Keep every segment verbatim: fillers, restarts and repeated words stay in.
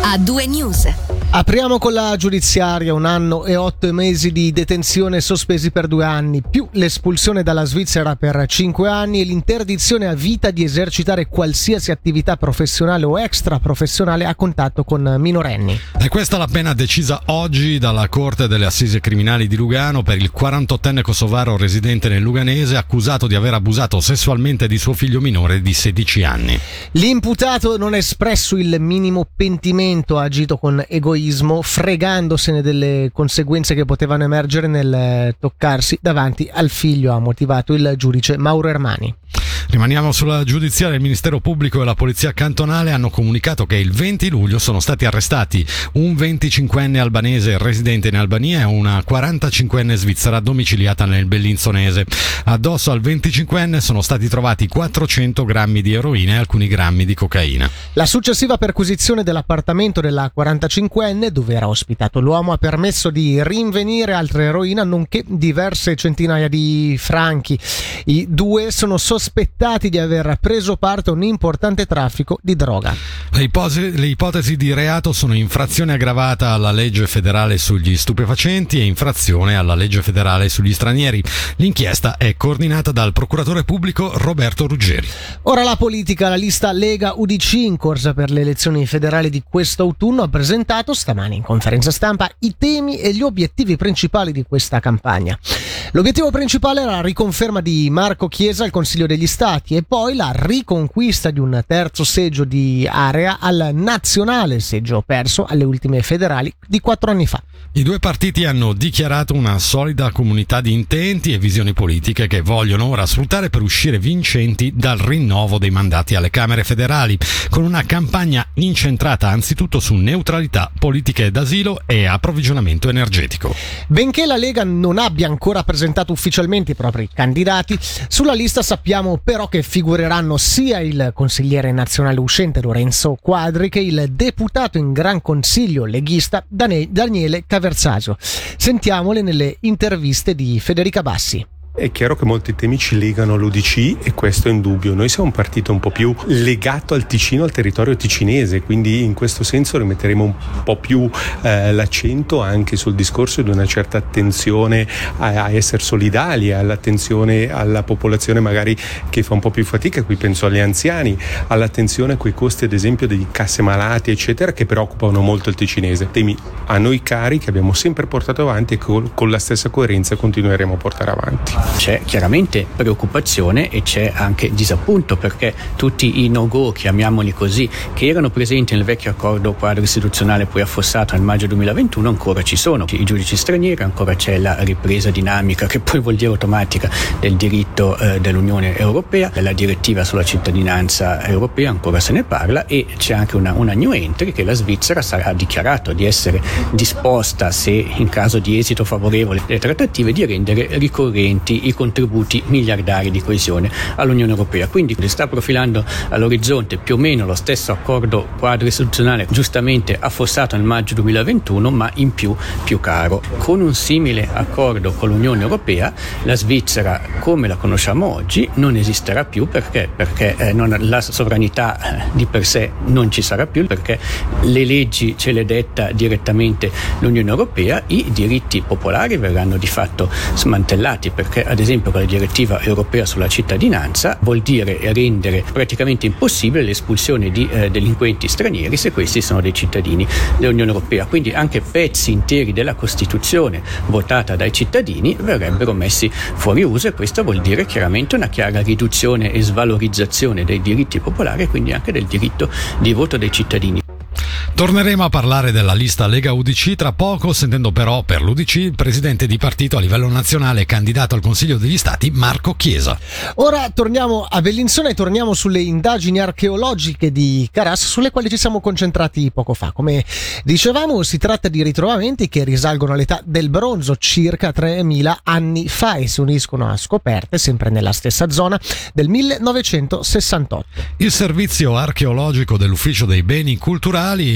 A due News. Apriamo con la giudiziaria. Un anno e otto mesi di detenzione sospesi per due anni, più l'espulsione dalla Svizzera per cinque anni e l'interdizione a vita di esercitare qualsiasi attività professionale o extraprofessionale a contatto con minorenni. È questa la pena decisa oggi dalla Corte delle Assise Criminali di Lugano per il quarantottenne kosovaro residente nel Luganese, accusato di aver abusato sessualmente di suo figlio minore di sedici anni. L'imputato non ha espresso il minimo pentimento, ha agito con egoismo, fregandosene delle conseguenze che potevano emergere nel toccarsi davanti al figlio, ha motivato il giudice Mauro Ermani. Rimaniamo sulla giudiziaria. Il Ministero Pubblico e la Polizia Cantonale hanno comunicato che il venti luglio sono stati arrestati un venticinquenne albanese residente in Albania e una quarantacinquenne svizzera domiciliata nel Bellinzonese. Addosso al venticinquenne sono stati trovati quattrocento grammi di eroina e alcuni grammi di cocaina. La successiva perquisizione dell'appartamento della quarantacinquenne, dove era ospitato l'uomo, ha permesso di rinvenire altra eroina nonché diverse centinaia di franchi. I due sono sospettati di aver preso parte a un importante traffico di droga. Le ipotesi, le ipotesi di reato sono infrazione aggravata alla legge federale sugli stupefacenti e infrazione alla legge federale sugli stranieri. L'inchiesta è coordinata dal procuratore pubblico Roberto Ruggeri. Ora la politica. La lista Lega U D C in corsa per le elezioni federali di questo autunno ha presentato stamani in conferenza stampa i temi e gli obiettivi principali di questa campagna. L'obiettivo principale era la riconferma di Marco Chiesa al Consiglio degli Stati e poi la riconquista di un terzo seggio di area al nazionale, seggio perso alle ultime federali di quattro anni fa. I due partiti hanno dichiarato una solida comunità di intenti e visioni politiche che vogliono ora sfruttare per uscire vincenti dal rinnovo dei mandati alle Camere federali, con una campagna incentrata anzitutto su neutralità, politiche d'asilo e approvvigionamento energetico. Benché la Lega non abbia ancora presentato ufficialmente i propri candidati, sulla lista sappiamo però che figureranno sia il consigliere nazionale uscente Lorenzo Quadri che il deputato in Gran Consiglio leghista Daniele Caverzasio. Sentiamole nelle interviste di Federica Bassi. È chiaro che molti temi ci legano all'U D C e questo è indubbio. Noi siamo un partito un po' più legato al Ticino, al territorio ticinese, quindi in questo senso rimetteremo un po' più eh, l'accento anche sul discorso di una certa attenzione a, a essere solidali, all'attenzione alla popolazione magari che fa un po' più fatica, qui penso agli anziani, all'attenzione a quei costi ad esempio degli casse malati eccetera che preoccupano molto il ticinese. Temi a noi cari che abbiamo sempre portato avanti e con, con la stessa coerenza continueremo a portare avanti. C'è chiaramente preoccupazione e c'è anche disappunto perché tutti i no-go, chiamiamoli così, che erano presenti nel vecchio accordo quadro istituzionale poi affossato nel maggio duemilaventuno ancora ci sono. I giudici stranieri, ancora c'è la ripresa dinamica che poi vuol dire automatica del diritto eh, dell'Unione Europea, la direttiva sulla cittadinanza europea ancora se ne parla e c'è anche una, una new entry che la Svizzera sarà dichiarato di essere disposta, se in caso di esito favorevole delle trattative, di rendere ricorrenti i contributi miliardari di coesione all'Unione Europea. Quindi sta profilando all'orizzonte più o meno lo stesso accordo quadro istituzionale giustamente affossato nel maggio duemilaventuno, ma in più più caro. Con un simile accordo con l'Unione Europea la Svizzera come la conosciamo oggi non esisterà più perché, perché eh, non, la sovranità di per sé non ci sarà più, perché le leggi ce le detta direttamente l'Unione Europea, i diritti popolari verranno di fatto smantellati perché ad esempio con la direttiva europea sulla cittadinanza vuol dire rendere praticamente impossibile l'espulsione di eh, delinquenti stranieri se questi sono dei cittadini dell'Unione Europea. Quindi anche pezzi interi della Costituzione votata dai cittadini verrebbero messi fuori uso e questo vuol dire chiaramente una chiara riduzione e svalorizzazione dei diritti popolari e quindi anche del diritto di voto dei cittadini. Torneremo a parlare della lista Lega U D C tra poco, sentendo però per l'U D C il presidente di partito a livello nazionale e candidato al Consiglio degli Stati Marco Chiesa. Ora torniamo a Bellinzona e torniamo sulle indagini archeologiche di Caras sulle quali ci siamo concentrati poco fa. Come dicevamo, si tratta di ritrovamenti che risalgono all'età del bronzo, circa tremila anni fa, e si uniscono a scoperte sempre nella stessa zona del millenovecentosessantotto. Il servizio archeologico dell'Ufficio dei Beni Culturali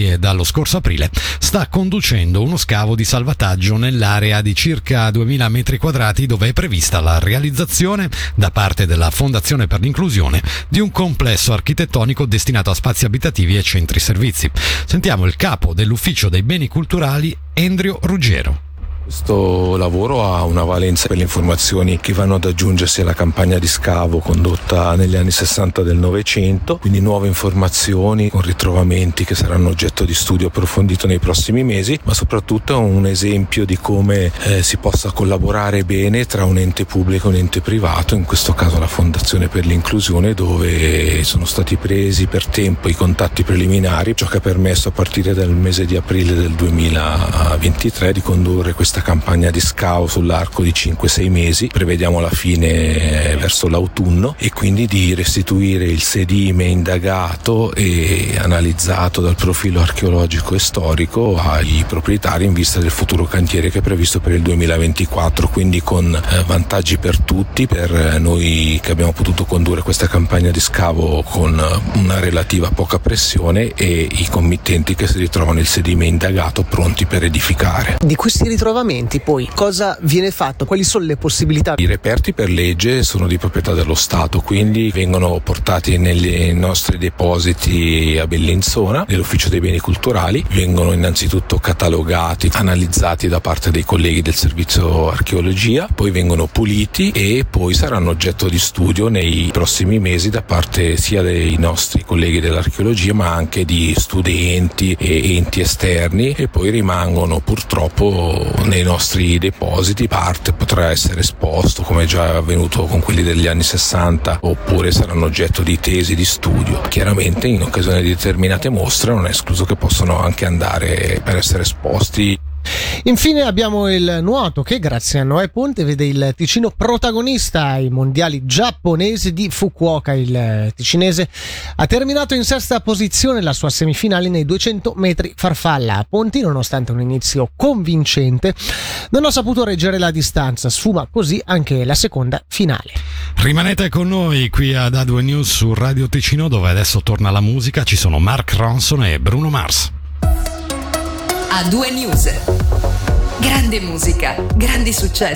Culturali dallo scorso aprile sta conducendo uno scavo di salvataggio nell'area di circa duemila metri quadrati dove è prevista la realizzazione da parte della Fondazione per l'Inclusione di un complesso architettonico destinato a spazi abitativi e centri servizi. Sentiamo il capo dell'Ufficio dei Beni Culturali, Endrio Ruggero. Questo lavoro ha una valenza per le informazioni che vanno ad aggiungersi alla campagna di scavo condotta negli anni sessanta del Novecento, quindi nuove informazioni con ritrovamenti che saranno oggetto di studio approfondito nei prossimi mesi, ma soprattutto è un esempio di come eh, si possa collaborare bene tra un ente pubblico e un ente privato, in questo caso la Fondazione per l'Inclusione, dove sono stati presi per tempo i contatti preliminari, ciò che ha permesso a partire dal mese di aprile del duemilaventitré di condurre questa campagna di scavo sull'arco di cinque sei mesi. Prevediamo la fine verso l'autunno e quindi di restituire il sedime indagato e analizzato dal profilo archeologico e storico ai proprietari in vista del futuro cantiere che è previsto per il duemilaventiquattro, quindi con eh, vantaggi per tutti, per noi che abbiamo potuto condurre questa campagna di scavo con una relativa poca pressione e i committenti che si ritrovano il sedime indagato pronti per edificare. Di questi ritrovamenti poi cosa viene fatto? Quali sono le possibilità? I reperti per legge sono di proprietà dello Stato, quindi vengono portati nei nostri depositi a Bellinzona, nell'Ufficio dei Beni Culturali, vengono innanzitutto catalogati, analizzati da parte dei colleghi del servizio archeologia, poi vengono puliti e poi saranno oggetto di studio nei prossimi mesi da parte sia dei nostri colleghi dell'archeologia ma anche di studenti e enti esterni, e poi rimangono purtroppo nei nostri depositi. Parte potrà essere esposto come già avvenuto con quelli degli anni sessanta, oppure saranno oggetto di tesi di studio. Chiaramente in occasione di determinate mostre non è escluso che possono anche andare per essere esposti. Infine abbiamo il nuoto che grazie a Noè Ponte vede il Ticino protagonista ai mondiali giapponesi di Fukuoka. Il ticinese ha terminato in sesta posizione la sua semifinale nei duecento metri farfalla. A Ponti, nonostante un inizio convincente, non ha saputo reggere la distanza, sfuma così anche la seconda finale. Rimanete con noi qui ad A due News su Radio Ticino, dove adesso torna la musica. Ci sono Mark Ronson e Bruno Mars. A due News. Grande musica, grandi successi.